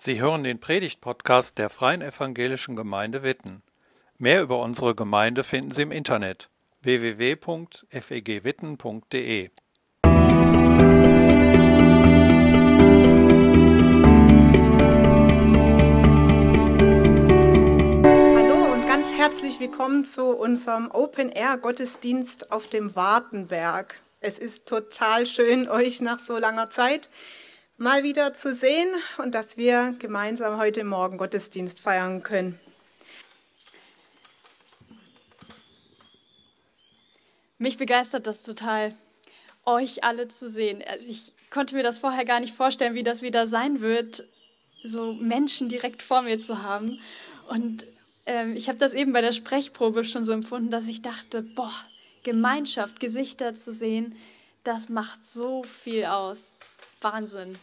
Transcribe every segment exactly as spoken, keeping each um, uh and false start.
Sie hören den Predigt-Podcast der Freien Evangelischen Gemeinde Witten. Mehr über unsere Gemeinde finden Sie im Internet w w w punkt f e g witten punkt d e. Hallo und ganz herzlich willkommen zu unserem Open-Air-Gottesdienst auf dem Wartenberg. Es ist total schön, euch nach so langer Zeit mal wieder zu sehen und dass wir gemeinsam heute Morgen Gottesdienst feiern können. Mich begeistert das total, euch alle zu sehen. Also ich konnte mir das vorher gar nicht vorstellen, wie das wieder sein wird, so Menschen direkt vor mir zu haben. Und ähm, ich habe das eben bei der Sprechprobe schon so empfunden, dass ich dachte, boah, Gemeinschaft, Gesichter zu sehen, das macht so viel aus. Wahnsinn.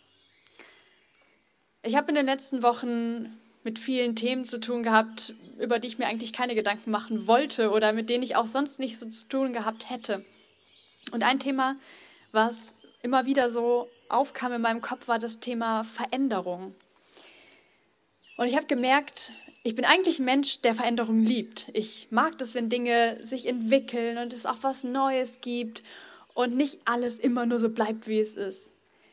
Ich habe in den letzten Wochen mit vielen Themen zu tun gehabt, über die ich mir eigentlich keine Gedanken machen wollte oder mit denen ich auch sonst nicht so zu tun gehabt hätte. Und ein Thema, was immer wieder so aufkam in meinem Kopf, war das Thema Veränderung. Und ich habe gemerkt, ich bin eigentlich ein Mensch, der Veränderung liebt. Ich mag das, wenn Dinge sich entwickeln und es auch was Neues gibt und nicht alles immer nur so bleibt, wie es ist.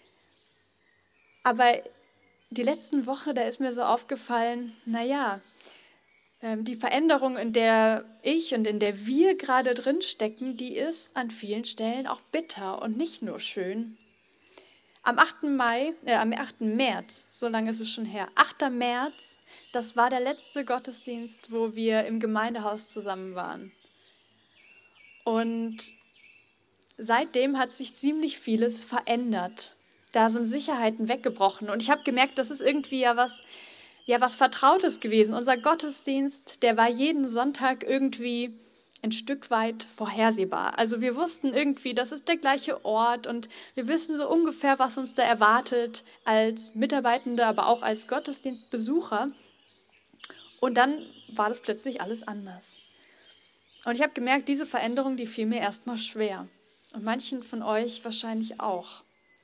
Aber die letzten Wochen, da ist mir so aufgefallen, naja, die Veränderung, in der ich und in der wir gerade drin stecken, die ist an vielen Stellen auch bitter und nicht nur schön. Am achten Mai, äh, am achten März, so lange ist es schon her, achter März, das war der letzte Gottesdienst, wo wir im Gemeindehaus zusammen waren. Und seitdem hat sich ziemlich vieles verändert. Da sind Sicherheiten weggebrochen. Und ich habe gemerkt, das ist irgendwie ja was, ja was Vertrautes gewesen. Unser Gottesdienst, der war jeden Sonntag irgendwie ein Stück weit vorhersehbar. Also wir wussten irgendwie, das ist der gleiche Ort und wir wissen so ungefähr, was uns da erwartet als Mitarbeitende, aber auch als Gottesdienstbesucher. Und dann war das plötzlich alles anders. Und ich habe gemerkt, diese Veränderung, die fiel mir erstmal schwer. Und manchen von euch wahrscheinlich auch.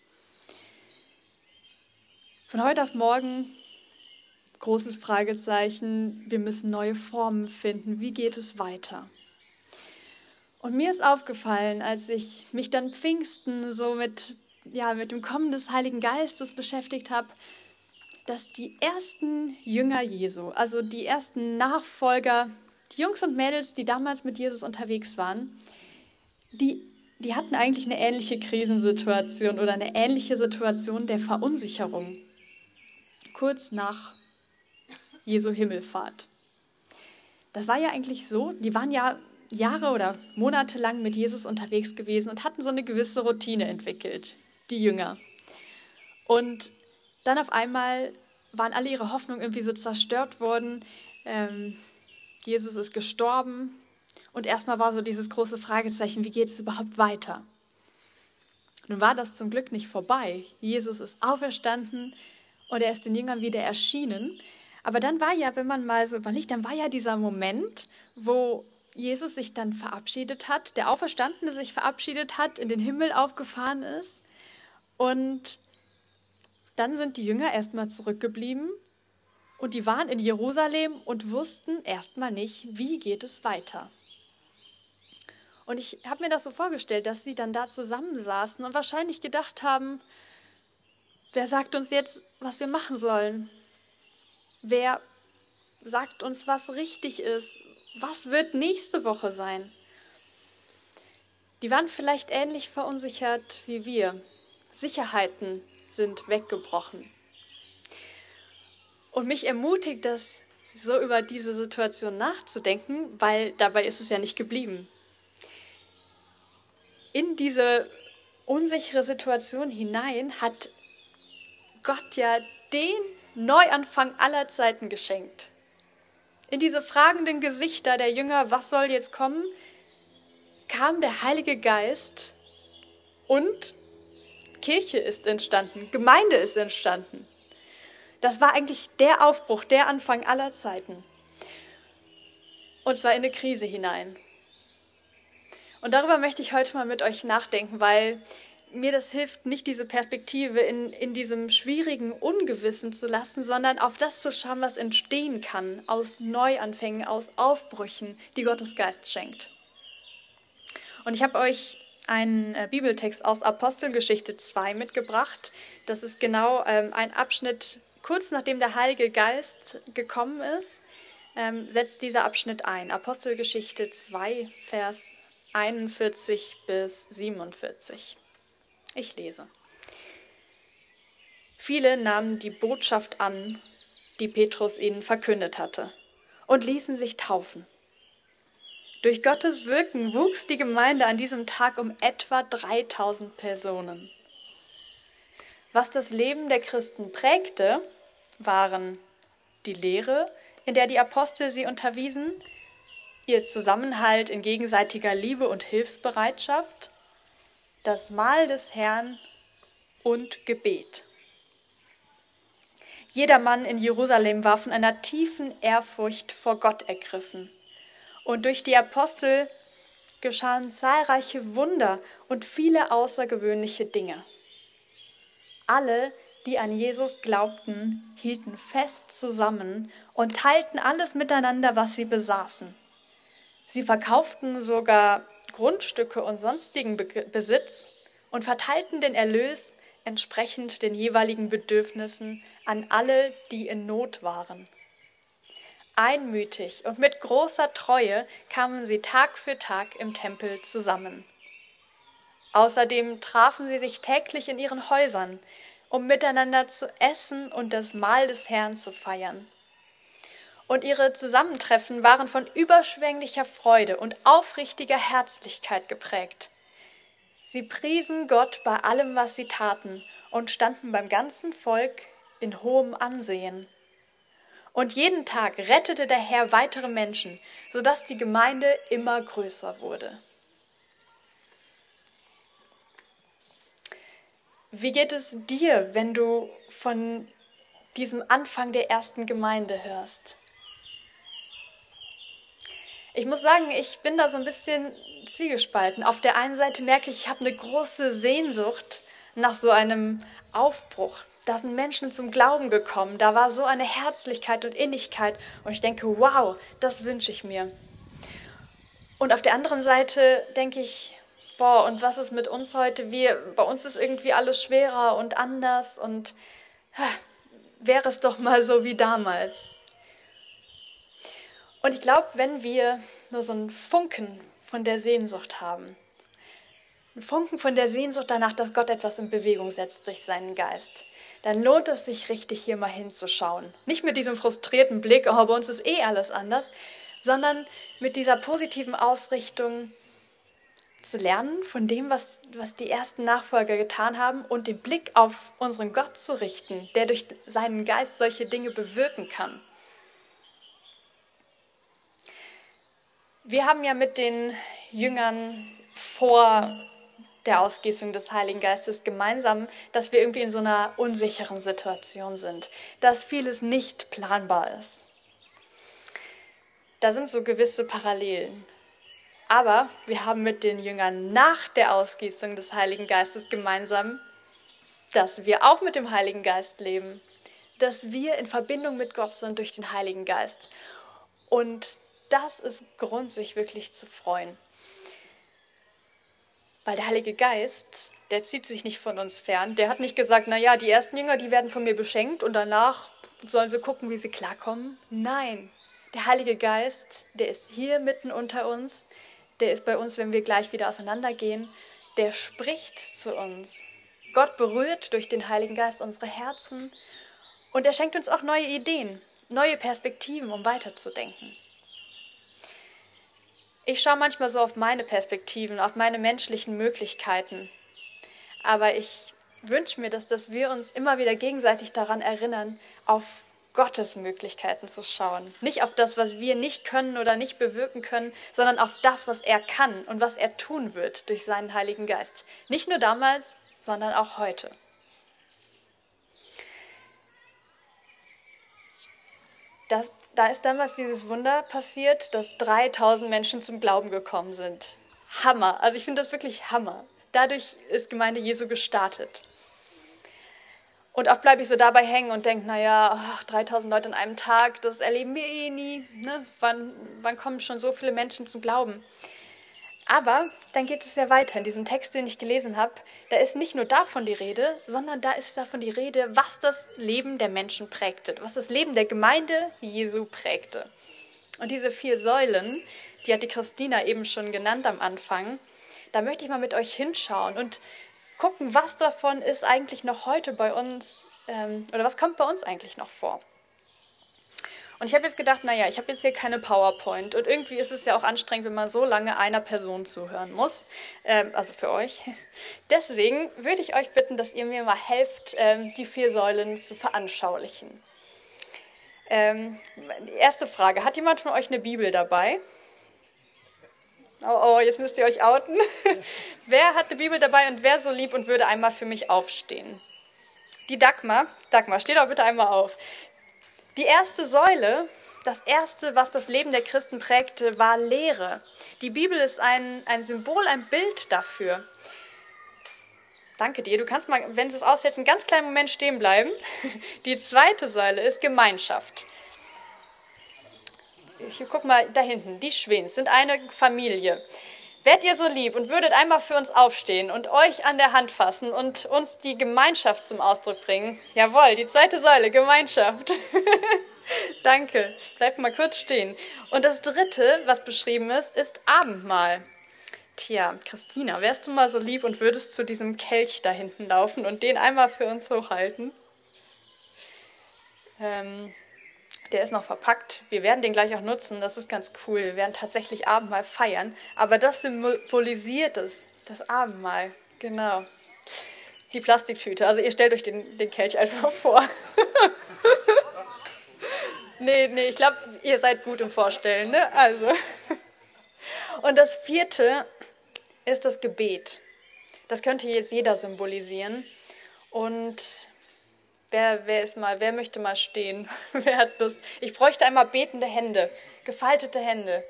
Von heute auf morgen, großes Fragezeichen, wir müssen neue Formen finden. Wie geht es weiter? Und mir ist aufgefallen, als ich mich dann Pfingsten so mit, ja, mit dem Kommen des Heiligen Geistes beschäftigt habe, dass die ersten Jünger Jesu, also die ersten Nachfolger, die Jungs und Mädels, die damals mit Jesus unterwegs waren, die, die hatten eigentlich eine ähnliche Krisensituation oder eine ähnliche Situation der Verunsicherung. Kurz nach Jesu Himmelfahrt. Das war ja eigentlich so, die waren ja Jahre oder Monate lang mit Jesus unterwegs gewesen und hatten so eine gewisse Routine entwickelt, die Jünger. Und dann auf einmal waren alle ihre Hoffnungen irgendwie so zerstört worden. Ähm, Jesus ist gestorben und erstmal war so dieses große Fragezeichen, wie geht es überhaupt weiter? Nun war das zum Glück nicht vorbei. Jesus ist auferstanden und er ist den Jüngern wieder erschienen. Aber dann war ja, wenn man mal so überlegt, dann war ja dieser Moment, wo Jesus sich dann verabschiedet hat, der Auferstandene sich verabschiedet hat, in den Himmel aufgefahren ist. Und dann sind die Jünger erstmal zurückgeblieben und die waren in Jerusalem und wussten erstmal nicht, wie geht es weiter. Und ich habe mir das so vorgestellt, dass sie dann da zusammensaßen und wahrscheinlich gedacht haben, wer sagt uns jetzt, was wir machen sollen? Wer sagt uns, was richtig ist? Was wird nächste Woche sein? Die waren vielleicht ähnlich verunsichert wie wir. Sicherheiten sind weggebrochen. Und mich ermutigt das, so über diese Situation nachzudenken, weil dabei ist es ja nicht geblieben. In diese unsichere Situation hinein hat Gott ja den Neuanfang aller Zeiten geschenkt. In diese fragenden Gesichter der Jünger, was soll jetzt kommen, kam der Heilige Geist und Kirche ist entstanden, Gemeinde ist entstanden. Das war eigentlich der Aufbruch, der Anfang aller Zeiten. Und zwar in eine Krise hinein. Und darüber möchte ich heute mal mit euch nachdenken, weil mir das hilft, nicht diese Perspektive in, in diesem schwierigen Ungewissen zu lassen, sondern auf das zu schauen, was entstehen kann aus Neuanfängen, aus Aufbrüchen, die Gottes Geist schenkt. Und ich habe euch einen äh, Bibeltext aus Apostelgeschichte zwei mitgebracht. Das ist genau ähm, ein Abschnitt, kurz nachdem der Heilige Geist gekommen ist, ähm, setzt dieser Abschnitt ein. Apostelgeschichte zwei, Vers einundvierzig bis siebenundvierzig. Ich lese. Viele nahmen die Botschaft an, die Petrus ihnen verkündet hatte, und ließen sich taufen. Durch Gottes Wirken wuchs die Gemeinde an diesem Tag um etwa dreitausend Personen. Was das Leben der Christen prägte, waren die Lehre, in der die Apostel sie unterwiesen, ihr Zusammenhalt in gegenseitiger Liebe und Hilfsbereitschaft, das Mahl des Herrn und Gebet. Jedermann in Jerusalem war von einer tiefen Ehrfurcht vor Gott ergriffen. Und durch die Apostel geschahen zahlreiche Wunder und viele außergewöhnliche Dinge. Alle, die an Jesus glaubten, hielten fest zusammen und teilten alles miteinander, was sie besaßen. Sie verkauften sogar Grundstücke und sonstigen Be- Besitz und verteilten den Erlös entsprechend den jeweiligen Bedürfnissen an alle, die in Not waren. Einmütig und mit großer Treue kamen sie Tag für Tag im Tempel zusammen. Außerdem trafen sie sich täglich in ihren Häusern, um miteinander zu essen und das Mahl des Herrn zu feiern. Und ihre Zusammentreffen waren von überschwänglicher Freude und aufrichtiger Herzlichkeit geprägt. Sie priesen Gott bei allem, was sie taten, und standen beim ganzen Volk in hohem Ansehen. Und jeden Tag rettete der Herr weitere Menschen, sodass die Gemeinde immer größer wurde. Wie geht es dir, wenn du von diesem Anfang der ersten Gemeinde hörst? Ich muss sagen, ich bin da so ein bisschen zwiegespalten. Auf der einen Seite merke ich, ich habe eine große Sehnsucht nach so einem Aufbruch. Da sind Menschen zum Glauben gekommen, da war so eine Herzlichkeit und Innigkeit und ich denke, wow, das wünsche ich mir. Und auf der anderen Seite denke ich, boah, und was ist mit uns heute? Wir, bei uns ist irgendwie alles schwerer und anders und ha, wäre es doch mal so wie damals. Und ich glaube, wenn wir nur so einen Funken von der Sehnsucht haben, einen Funken von der Sehnsucht danach, dass Gott etwas in Bewegung setzt durch seinen Geist, dann lohnt es sich richtig, hier mal hinzuschauen. Nicht mit diesem frustrierten Blick, oh, bei uns ist eh alles anders, sondern mit dieser positiven Ausrichtung zu lernen von dem, was, was die ersten Nachfolger getan haben und den Blick auf unseren Gott zu richten, der durch seinen Geist solche Dinge bewirken kann. Wir haben ja mit den Jüngern vor der Ausgießung des Heiligen Geistes gemeinsam, dass wir irgendwie in so einer unsicheren Situation sind, dass vieles nicht planbar ist. Da sind so gewisse Parallelen. Aber wir haben mit den Jüngern nach der Ausgießung des Heiligen Geistes gemeinsam, dass wir auch mit dem Heiligen Geist leben, dass wir in Verbindung mit Gott sind durch den Heiligen Geist. Und das ist Grund, sich wirklich zu freuen. Weil der Heilige Geist, der zieht sich nicht von uns fern. Der hat nicht gesagt, naja, die ersten Jünger, die werden von mir beschenkt und danach sollen sie gucken, wie sie klarkommen. Nein, der Heilige Geist, der ist hier mitten unter uns. Der ist bei uns, wenn wir gleich wieder auseinandergehen. Der spricht zu uns. Gott berührt durch den Heiligen Geist unsere Herzen und er schenkt uns auch neue Ideen, neue Perspektiven, um weiterzudenken. Ich schaue manchmal so auf meine Perspektiven, auf meine menschlichen Möglichkeiten. Aber ich wünsche mir, dass, dass wir uns immer wieder gegenseitig daran erinnern, auf Gottes Möglichkeiten zu schauen. Nicht auf das, was wir nicht können oder nicht bewirken können, sondern auf das, was er kann und was er tun wird durch seinen Heiligen Geist. Nicht nur damals, sondern auch heute. Das, da ist damals dieses Wunder passiert, dass dreitausend Menschen zum Glauben gekommen sind. Hammer. Also ich finde das wirklich Hammer. Dadurch ist Gemeinde Jesu gestartet. Und oft bleibe ich so dabei hängen und denke, naja, ach, dreitausend Leute an einem Tag, das erleben wir eh nie. Ne? Wann, wann kommen schon so viele Menschen zum Glauben? Aber dann geht es ja weiter. In diesem Text, den ich gelesen habe, da ist nicht nur davon die Rede, sondern da ist davon die Rede, was das Leben der Menschen prägte, was das Leben der Gemeinde Jesu prägte. Und diese vier Säulen, die hat die Christina eben schon genannt am Anfang, da möchte ich mal mit euch hinschauen und gucken, was davon ist eigentlich noch heute bei uns, ähm, oder was kommt bei uns eigentlich noch vor. Und ich habe jetzt gedacht, naja, ich habe jetzt hier keine PowerPoint und irgendwie ist es ja auch anstrengend, wenn man so lange einer Person zuhören muss, ähm, also für euch. Deswegen würde ich euch bitten, dass ihr mir mal helft, ähm, die vier Säulen zu veranschaulichen. Ähm, die erste Frage, hat jemand von euch eine Bibel dabei? Oh, oh, jetzt müsst ihr euch outen. Wer hat eine Bibel dabei und wer so lieb und würde einmal für mich aufstehen? Die Dagmar. Dagmar, steh doch bitte einmal auf. Die erste Säule, das erste, was das Leben der Christen prägte, war Lehre. Die Bibel ist ein, ein Symbol, ein Bild dafür. Danke dir. Du kannst mal, wenn du es aushältst, einen ganz kleinen Moment stehen bleiben. Die zweite Säule ist Gemeinschaft. Ich guck mal da hinten, die Schwins sind eine Familie. Wärt ihr so lieb und würdet einmal für uns aufstehen und euch an der Hand fassen und uns die Gemeinschaft zum Ausdruck bringen? Jawohl, die zweite Säule, Gemeinschaft. Danke. Bleibt mal kurz stehen. Und das dritte, was beschrieben ist, ist Abendmahl. Tja, Christina, wärst du mal so lieb und würdest zu diesem Kelch da hinten laufen und den einmal für uns hochhalten? Ähm... Der ist noch verpackt. Wir werden den gleich auch nutzen. Das ist ganz cool. Wir werden tatsächlich Abendmahl feiern. Aber das symbolisiert es. Das Abendmahl. Genau. Die Plastiktüte. Also ihr stellt euch den, den Kelch einfach vor. nee, nee, ich glaube, ihr seid gut im Vorstellen. Ne? Also. Und das vierte ist das Gebet. Das könnte jetzt jeder symbolisieren. Und Wer, wer, ist mal, wer möchte mal stehen? Wer hat Lust? Ich bräuchte einmal betende Hände, gefaltete Hände.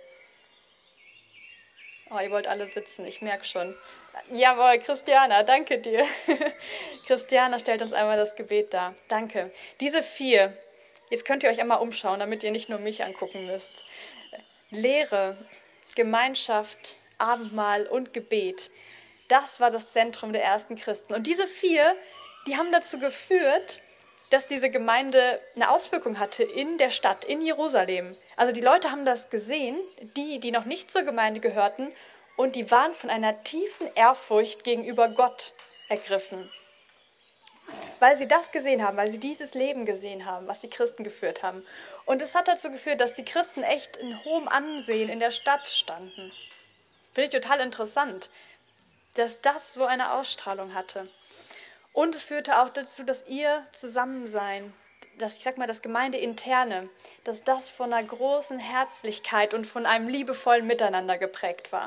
Oh, ihr wollt alle sitzen, ich merke schon. Jawohl, Christiana, danke dir. Christiana stellt uns einmal das Gebet dar. Danke. Diese vier, jetzt könnt ihr euch einmal umschauen, damit ihr nicht nur mich angucken müsst. Lehre, Gemeinschaft, Abendmahl und Gebet. Das war das Zentrum der ersten Christen. Und diese vier, die haben dazu geführt, dass diese Gemeinde eine Auswirkung hatte in der Stadt, in Jerusalem. Also die Leute haben das gesehen, die, die noch nicht zur Gemeinde gehörten, und die waren von einer tiefen Ehrfurcht gegenüber Gott ergriffen. Weil sie das gesehen haben, weil sie dieses Leben gesehen haben, was die Christen geführt haben. Und es hat dazu geführt, dass die Christen echt in hohem Ansehen in der Stadt standen. Finde ich total interessant, dass das so eine Ausstrahlung hatte. Und es führte auch dazu, dass ihr Zusammensein, das, ich sag mal, das Gemeindeinterne, dass das von einer großen Herzlichkeit und von einem liebevollen Miteinander geprägt war.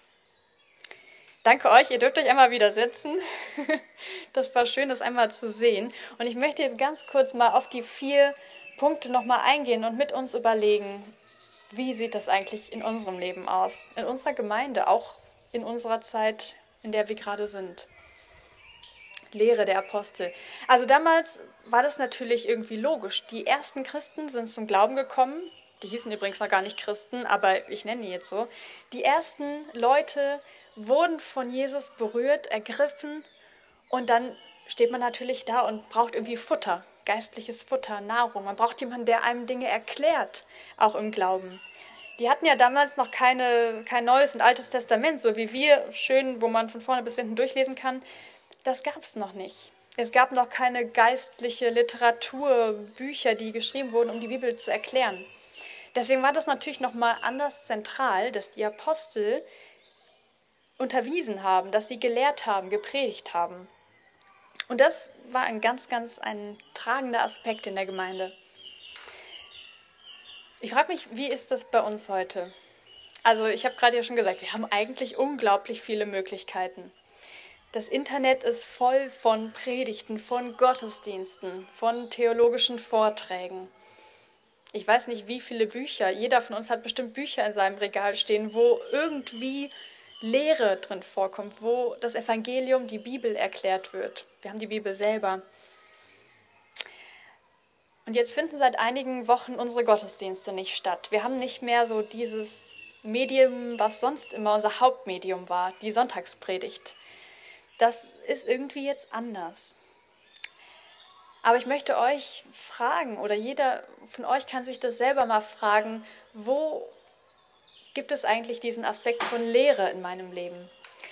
Danke euch, ihr dürft euch einmal wieder setzen. Das war schön, das einmal zu sehen. Und ich möchte jetzt ganz kurz mal auf die vier Punkte nochmal eingehen und mit uns überlegen, wie sieht das eigentlich in unserem Leben aus, in unserer Gemeinde, auch in unserer Zeit, in der wir gerade sind. Lehre der Apostel. Also damals war das natürlich irgendwie logisch. Die ersten Christen sind zum Glauben gekommen. Die hießen übrigens noch gar nicht Christen, aber ich nenne die jetzt so. Die ersten Leute wurden von Jesus berührt, ergriffen, und dann steht man natürlich da und braucht irgendwie Futter, geistliches Futter, Nahrung. Man braucht jemanden, der einem Dinge erklärt, auch im Glauben. Die hatten ja damals noch keine, kein Neues und Altes Testament, so wie wir, schön, wo man von vorne bis hinten durchlesen kann. Das gab es noch nicht. Es gab noch keine geistliche Literatur, Bücher, die geschrieben wurden, um die Bibel zu erklären. Deswegen war das natürlich nochmal anders zentral, dass die Apostel unterwiesen haben, dass sie gelehrt haben, gepredigt haben. Und das war ein ganz, ganz ein tragender Aspekt in der Gemeinde. Ich frage mich, wie ist das bei uns heute? Also ich habe gerade ja schon gesagt, wir haben eigentlich unglaublich viele Möglichkeiten. Das Internet ist voll von Predigten, von Gottesdiensten, von theologischen Vorträgen. Ich weiß nicht, wie viele Bücher. Jeder von uns hat bestimmt Bücher in seinem Regal stehen, wo irgendwie Lehre drin vorkommt, wo das Evangelium, die Bibel erklärt wird. Wir haben die Bibel selber. Und jetzt finden seit einigen Wochen unsere Gottesdienste nicht statt. Wir haben nicht mehr so dieses Medium, was sonst immer unser Hauptmedium war, die Sonntagspredigt. Das ist irgendwie jetzt anders. Aber ich möchte euch fragen, oder jeder von euch kann sich das selber mal fragen, wo gibt es eigentlich diesen Aspekt von Lehre in meinem Leben?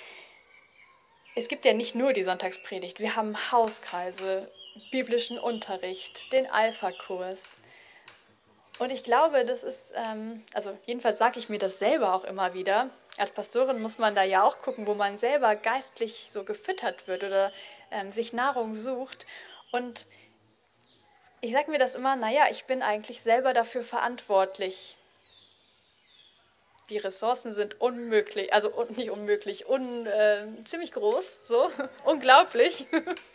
Es gibt ja nicht nur die Sonntagspredigt, wir haben Hauskreise, biblischen Unterricht, den Alpha-Kurs. Und ich glaube, das ist, ähm, also jedenfalls sage ich mir das selber auch immer wieder. Als Pastorin muss man da ja auch gucken, wo man selber geistlich so gefüttert wird oder ähm, sich Nahrung sucht. Und ich sage mir das immer, naja, ich bin eigentlich selber dafür verantwortlich. Die Ressourcen sind unmöglich, also un, nicht unmöglich, un, äh, ziemlich groß, so, unglaublich.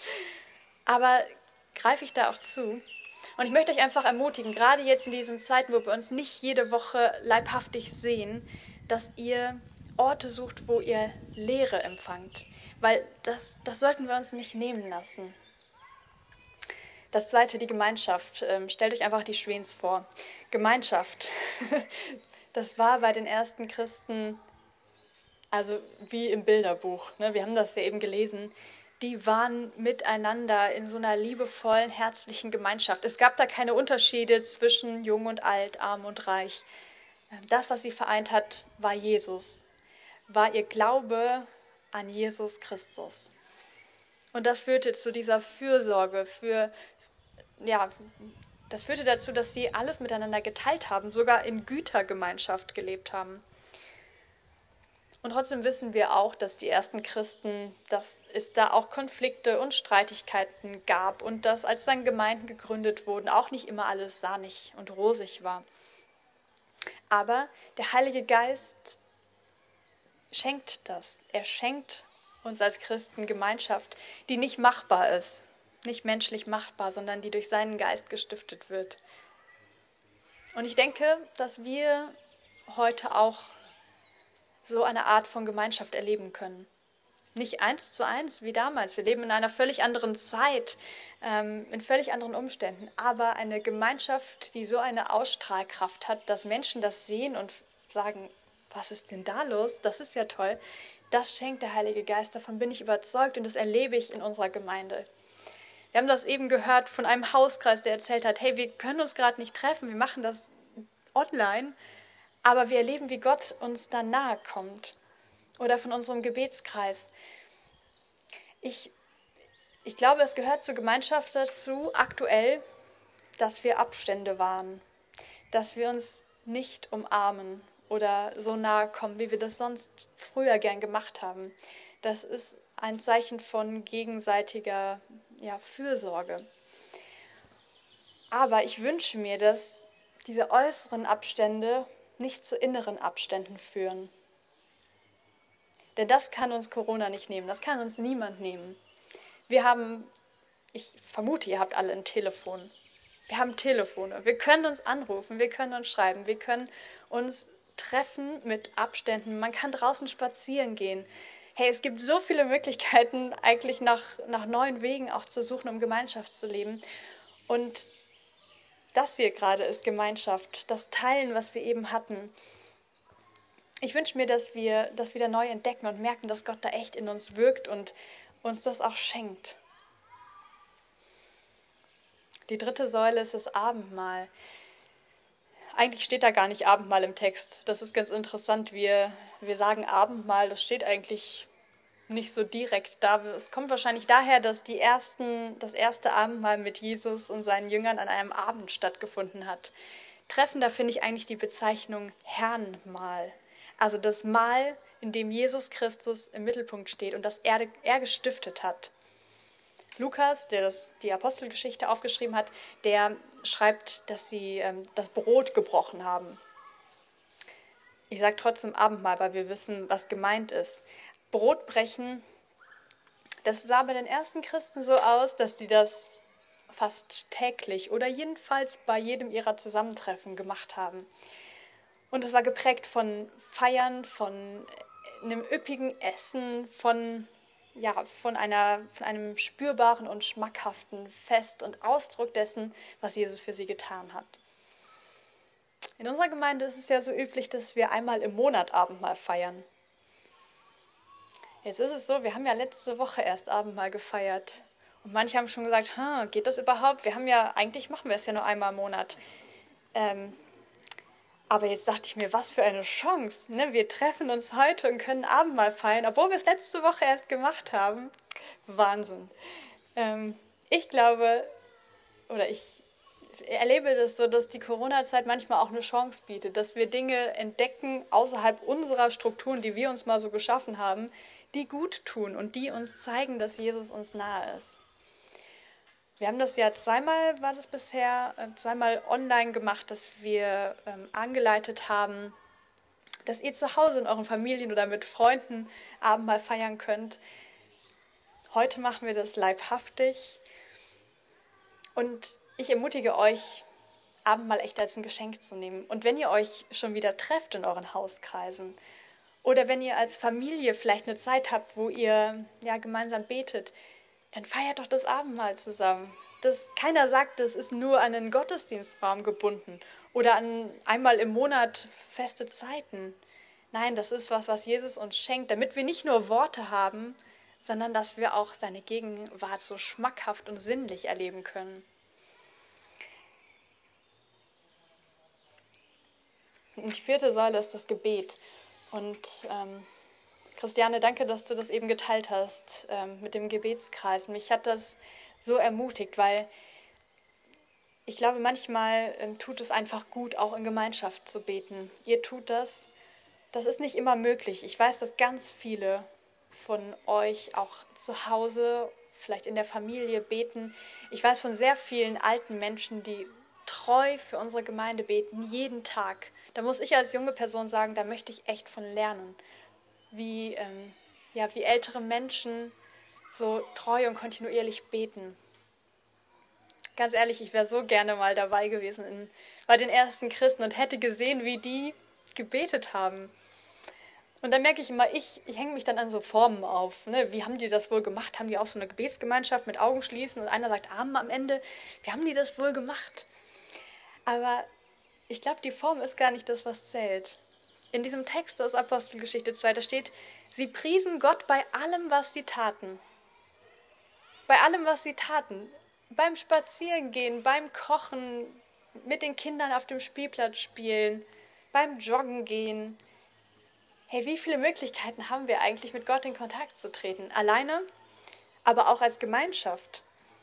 Aber greife ich da auch zu? Und ich möchte euch einfach ermutigen, gerade jetzt in diesen Zeiten, wo wir uns nicht jede Woche leibhaftig sehen, dass ihr Orte sucht, wo ihr Lehre empfangt. Weil das, das sollten wir uns nicht nehmen lassen. Das zweite, die Gemeinschaft. Ähm, stellt euch einfach die Schwens vor. Gemeinschaft. Das war bei den ersten Christen, also wie im Bilderbuch. Ne? Wir haben das ja eben gelesen. Die waren miteinander in so einer liebevollen, herzlichen Gemeinschaft. Es gab da keine Unterschiede zwischen Jung und Alt, Arm und Reich. Das, was sie vereint hat, war Jesus. War ihr Glaube an Jesus Christus. Und das führte zu dieser Fürsorge für, ja, das führte dazu, dass sie alles miteinander geteilt haben, sogar in Gütergemeinschaft gelebt haben. Und trotzdem wissen wir auch, dass die ersten Christen, dass es da auch Konflikte und Streitigkeiten gab und dass, als dann Gemeinden gegründet wurden, auch nicht immer alles sahnig und rosig war. Aber der Heilige Geist schenkt das. Er schenkt uns als Christen Gemeinschaft, die nicht machbar ist, nicht menschlich machbar, sondern die durch seinen Geist gestiftet wird. Und ich denke, dass wir heute auch so eine Art von Gemeinschaft erleben können. Nicht eins zu eins wie damals. Wir leben in einer völlig anderen Zeit, ähm, in völlig anderen Umständen. Aber eine Gemeinschaft, die so eine Ausstrahlkraft hat, dass Menschen das sehen und sagen, was ist denn da los? Das ist ja toll. Das schenkt der Heilige Geist. Davon bin ich überzeugt und das erlebe ich in unserer Gemeinde. Wir haben das eben gehört von einem Hauskreis, der erzählt hat, hey, wir können uns gerade nicht treffen, wir machen das online. Aber wir erleben, wie Gott uns da nahe kommt. Oder von unserem Gebetskreis. Ich, ich glaube, es gehört zur Gemeinschaft dazu, aktuell, dass wir Abstände wahren. Dass wir uns nicht umarmen oder so nahe kommen, wie wir das sonst früher gern gemacht haben. Das ist ein Zeichen von gegenseitiger, ja, Fürsorge. Aber ich wünsche mir, dass diese äußeren Abstände nicht zu inneren Abständen führen. Denn das kann uns Corona nicht nehmen, das kann uns niemand nehmen. Wir haben, ich vermute, ihr habt alle ein Telefon. Wir haben Telefone, wir können uns anrufen, wir können uns schreiben, wir können uns treffen mit Abständen, man kann draußen spazieren gehen. Hey, es gibt so viele Möglichkeiten, eigentlich nach, nach neuen Wegen auch zu suchen, um Gemeinschaft zu leben. Und das hier gerade ist Gemeinschaft, das Teilen, was wir eben hatten. Ich wünsche mir, dass wir das wieder neu entdecken und merken, dass Gott da echt in uns wirkt und uns das auch schenkt. Die dritte Säule ist das Abendmahl. Eigentlich steht da gar nicht Abendmahl im Text. Das ist ganz interessant. Wir, wir sagen Abendmahl, das steht eigentlich nicht so direkt da. Es kommt wahrscheinlich daher, dass die ersten, das erste Abendmahl mit Jesus und seinen Jüngern an einem Abend stattgefunden hat. Treffender finde ich eigentlich die Bezeichnung Herrnmahl. Also das Mahl, in dem Jesus Christus im Mittelpunkt steht und das er, er gestiftet hat. Lukas, der das, die Apostelgeschichte aufgeschrieben hat, der schreibt, dass sie ähm, das Brot gebrochen haben. Ich sage trotzdem Abendmahl, weil wir wissen, was gemeint ist. Brotbrechen, das sah bei den ersten Christen so aus, dass die das fast täglich oder jedenfalls bei jedem ihrer Zusammentreffen gemacht haben. Und es war geprägt von Feiern, von einem üppigen Essen, von, ja, von, einer, von einem spürbaren und schmackhaften Fest und Ausdruck dessen, was Jesus für sie getan hat. In unserer Gemeinde ist es ja so üblich, dass wir einmal im Monat Abendmahl feiern. Jetzt ist es so, wir haben ja letzte Woche erst Abendmahl gefeiert. Und manche haben schon gesagt, hm, geht das überhaupt? Wir haben ja, eigentlich machen wir es ja nur einmal im Monat. Ähm, aber jetzt dachte ich mir, was für eine Chance. Ne? Wir treffen uns heute und können Abendmahl feiern, obwohl wir es letzte Woche erst gemacht haben. Wahnsinn. Ähm, ich glaube, oder ich erlebe das so, dass die Corona-Zeit manchmal auch eine Chance bietet, dass wir Dinge entdecken außerhalb unserer Strukturen, die wir uns mal so geschaffen haben, die gut tun und die uns zeigen, dass Jesus uns nahe ist. Wir haben das ja zweimal, war das bisher, zweimal online gemacht, dass wir ähm, angeleitet haben, dass ihr zu Hause in euren Familien oder mit Freunden Abendmahl feiern könnt. Heute machen wir das leibhaftig und ich ermutige euch, Abendmahl echt als ein Geschenk zu nehmen. Und wenn ihr euch schon wieder trefft in euren Hauskreisen oder wenn ihr als Familie vielleicht eine Zeit habt, wo ihr ja gemeinsam betet, dann feiert doch das Abendmahl zusammen. Das, keiner sagt, das ist nur an einen Gottesdienstraum gebunden oder an einmal im Monat feste Zeiten. Nein, das ist was, was Jesus uns schenkt, damit wir nicht nur Worte haben, sondern dass wir auch seine Gegenwart so schmackhaft und sinnlich erleben können. Und die vierte Säule ist das Gebet. Und ähm, Christiane, danke, dass du das eben geteilt hast ähm, mit dem Gebetskreis. Mich hat das so ermutigt, weil ich glaube, manchmal ähm, tut es einfach gut, auch in Gemeinschaft zu beten. Ihr tut das. Das ist nicht immer möglich. Ich weiß, dass ganz viele von euch auch zu Hause, vielleicht in der Familie beten. Ich weiß von sehr vielen alten Menschen, die treu für unsere Gemeinde beten, jeden Tag. Da muss ich als junge Person sagen, da möchte ich echt von lernen. Wie, ähm, ja, wie ältere Menschen so treu und kontinuierlich beten. Ganz ehrlich, ich wäre so gerne mal dabei gewesen in, bei den ersten Christen und hätte gesehen, wie die gebetet haben. Und dann merke ich immer, ich, ich hänge mich dann an so Formen auf. Ne? Wie haben die das wohl gemacht? Haben die auch so eine Gebetsgemeinschaft mit Augen schließen und einer sagt Amen am Ende? Wie haben die das wohl gemacht? Aber ich glaube, die Form ist gar nicht das, was zählt. In diesem Text aus Apostelgeschichte zwei, da steht, sie priesen Gott bei allem, was sie taten. Bei allem, was sie taten. Beim Spazierengehen, beim Kochen, mit den Kindern auf dem Spielplatz spielen, beim Joggen gehen. Hey, wie viele Möglichkeiten haben wir eigentlich, mit Gott in Kontakt zu treten? Alleine, aber auch als Gemeinschaft.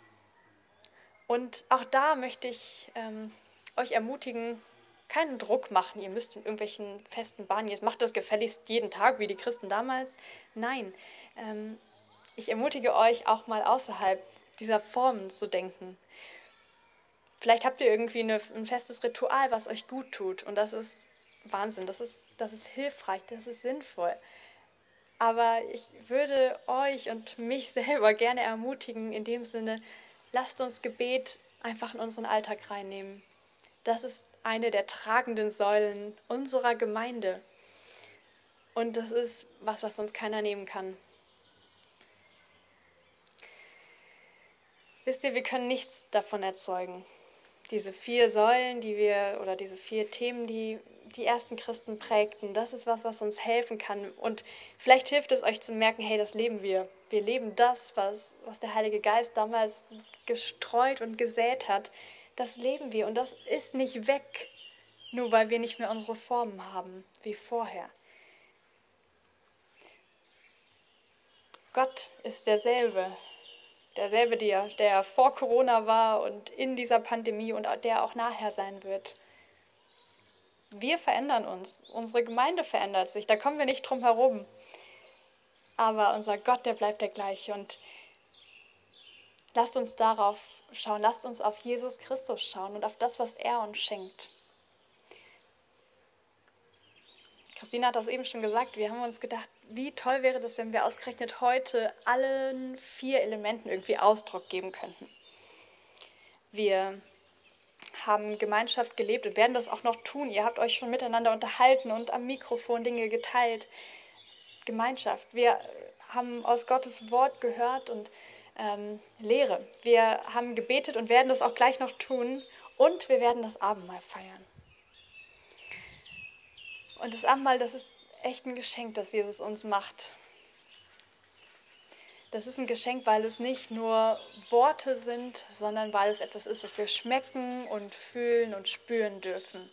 Und auch da möchte ich ähm, euch ermutigen, keinen Druck machen, ihr müsst in irgendwelchen festen Bahnen, jetzt macht das gefälligst jeden Tag, wie die Christen damals. Nein, ähm, ich ermutige euch auch mal außerhalb dieser Formen zu denken. Vielleicht habt ihr irgendwie eine, ein festes Ritual, was euch gut tut und das ist Wahnsinn, das ist, das ist hilfreich, das ist sinnvoll. Aber ich würde euch und mich selber gerne ermutigen, in dem Sinne, lasst uns Gebet einfach in unseren Alltag reinnehmen. Das ist eine der tragenden Säulen unserer Gemeinde. Und das ist was, was uns keiner nehmen kann. Wisst ihr, wir können nichts davon erzeugen. Diese vier Säulen, die wir, oder diese vier Themen, die die ersten Christen prägten, das ist was, was uns helfen kann. Und vielleicht hilft es euch zu merken, hey, das leben wir. Wir leben das, was, was der Heilige Geist damals gestreut und gesät hat. Das leben wir und das ist nicht weg, nur weil wir nicht mehr unsere Formen haben wie vorher. Gott ist derselbe, derselbe, der, der vor Corona war und in dieser Pandemie und der auch nachher sein wird. Wir verändern uns, unsere Gemeinde verändert sich, da kommen wir nicht drum herum. Aber unser Gott, der bleibt der gleiche und lasst uns darauf schauen, lasst uns auf Jesus Christus schauen und auf das, was er uns schenkt. Christina hat das eben schon gesagt, wir haben uns gedacht, wie toll wäre das, wenn wir ausgerechnet heute allen vier Elementen irgendwie Ausdruck geben könnten. Wir haben Gemeinschaft gelebt und werden das auch noch tun. Ihr habt euch schon miteinander unterhalten und am Mikrofon Dinge geteilt. Gemeinschaft. Wir haben aus Gottes Wort gehört und ähm, Lehre. Wir haben gebetet und werden das auch gleich noch tun. Und wir werden das Abendmahl feiern. Und das Abendmahl, das ist echt ein Geschenk, das Jesus uns macht. Das ist ein Geschenk, weil es nicht nur Worte sind, sondern weil es etwas ist, was wir schmecken und fühlen und spüren dürfen.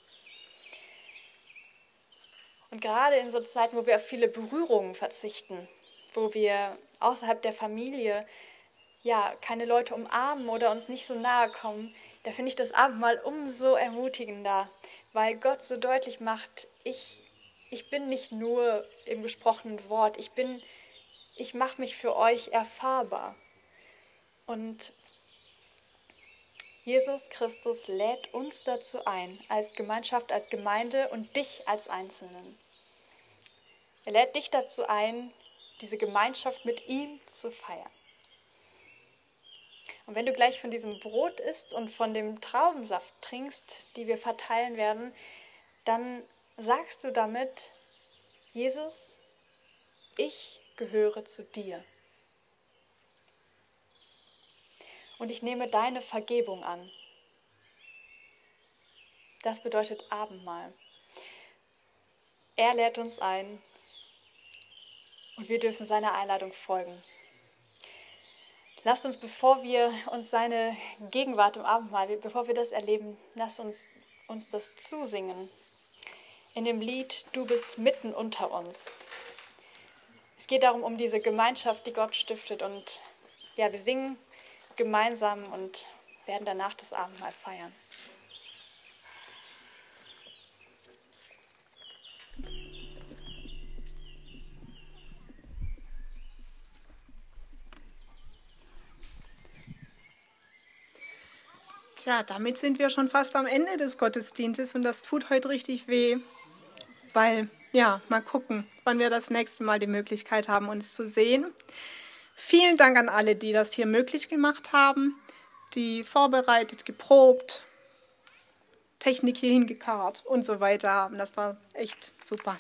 Und gerade in so Zeiten, wo wir auf viele Berührungen verzichten, wo wir außerhalb der Familie ja keine Leute umarmen oder uns nicht so nahe kommen, da finde ich das Abendmahl umso ermutigender, weil Gott so deutlich macht, ich, ich bin nicht nur im gesprochenen Wort, ich bin, ich mache mich für euch erfahrbar. Und Jesus Christus lädt uns dazu ein, als Gemeinschaft, als Gemeinde und dich als Einzelnen. Er lädt dich dazu ein, diese Gemeinschaft mit ihm zu feiern. Und wenn du gleich von diesem Brot isst und von dem Traubensaft trinkst, die wir verteilen werden, dann sagst du damit, Jesus, ich gehöre zu dir. Und ich nehme deine Vergebung an. Das bedeutet Abendmahl. Er lädt uns ein und wir dürfen seiner Einladung folgen. Lasst uns, bevor wir uns seine Gegenwart im Abendmahl, bevor wir das erleben, lasst uns uns das zusingen. In dem Lied Du bist mitten unter uns. Es geht darum, um diese Gemeinschaft, die Gott stiftet. Und ja, wir singen gemeinsam und werden danach das Abendmahl feiern. Tja, damit sind wir schon fast am Ende des Gottesdienstes und das tut heute richtig weh, weil, ja, mal gucken, wann wir das nächste Mal die Möglichkeit haben, uns zu sehen. Vielen Dank an alle, die das hier möglich gemacht haben, die vorbereitet, geprobt, Technik hier hingekarrt und so weiter haben. Das war echt super.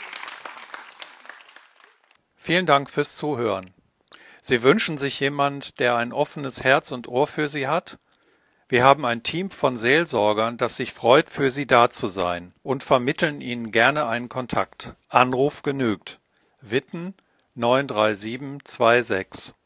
Vielen Dank fürs Zuhören. Sie wünschen sich jemand, der ein offenes Herz und Ohr für Sie hat? Wir haben ein Team von Seelsorgern, das sich freut, für Sie da zu sein und vermitteln Ihnen gerne einen Kontakt. Anruf genügt. Witten neun drei sieben zwei sechs.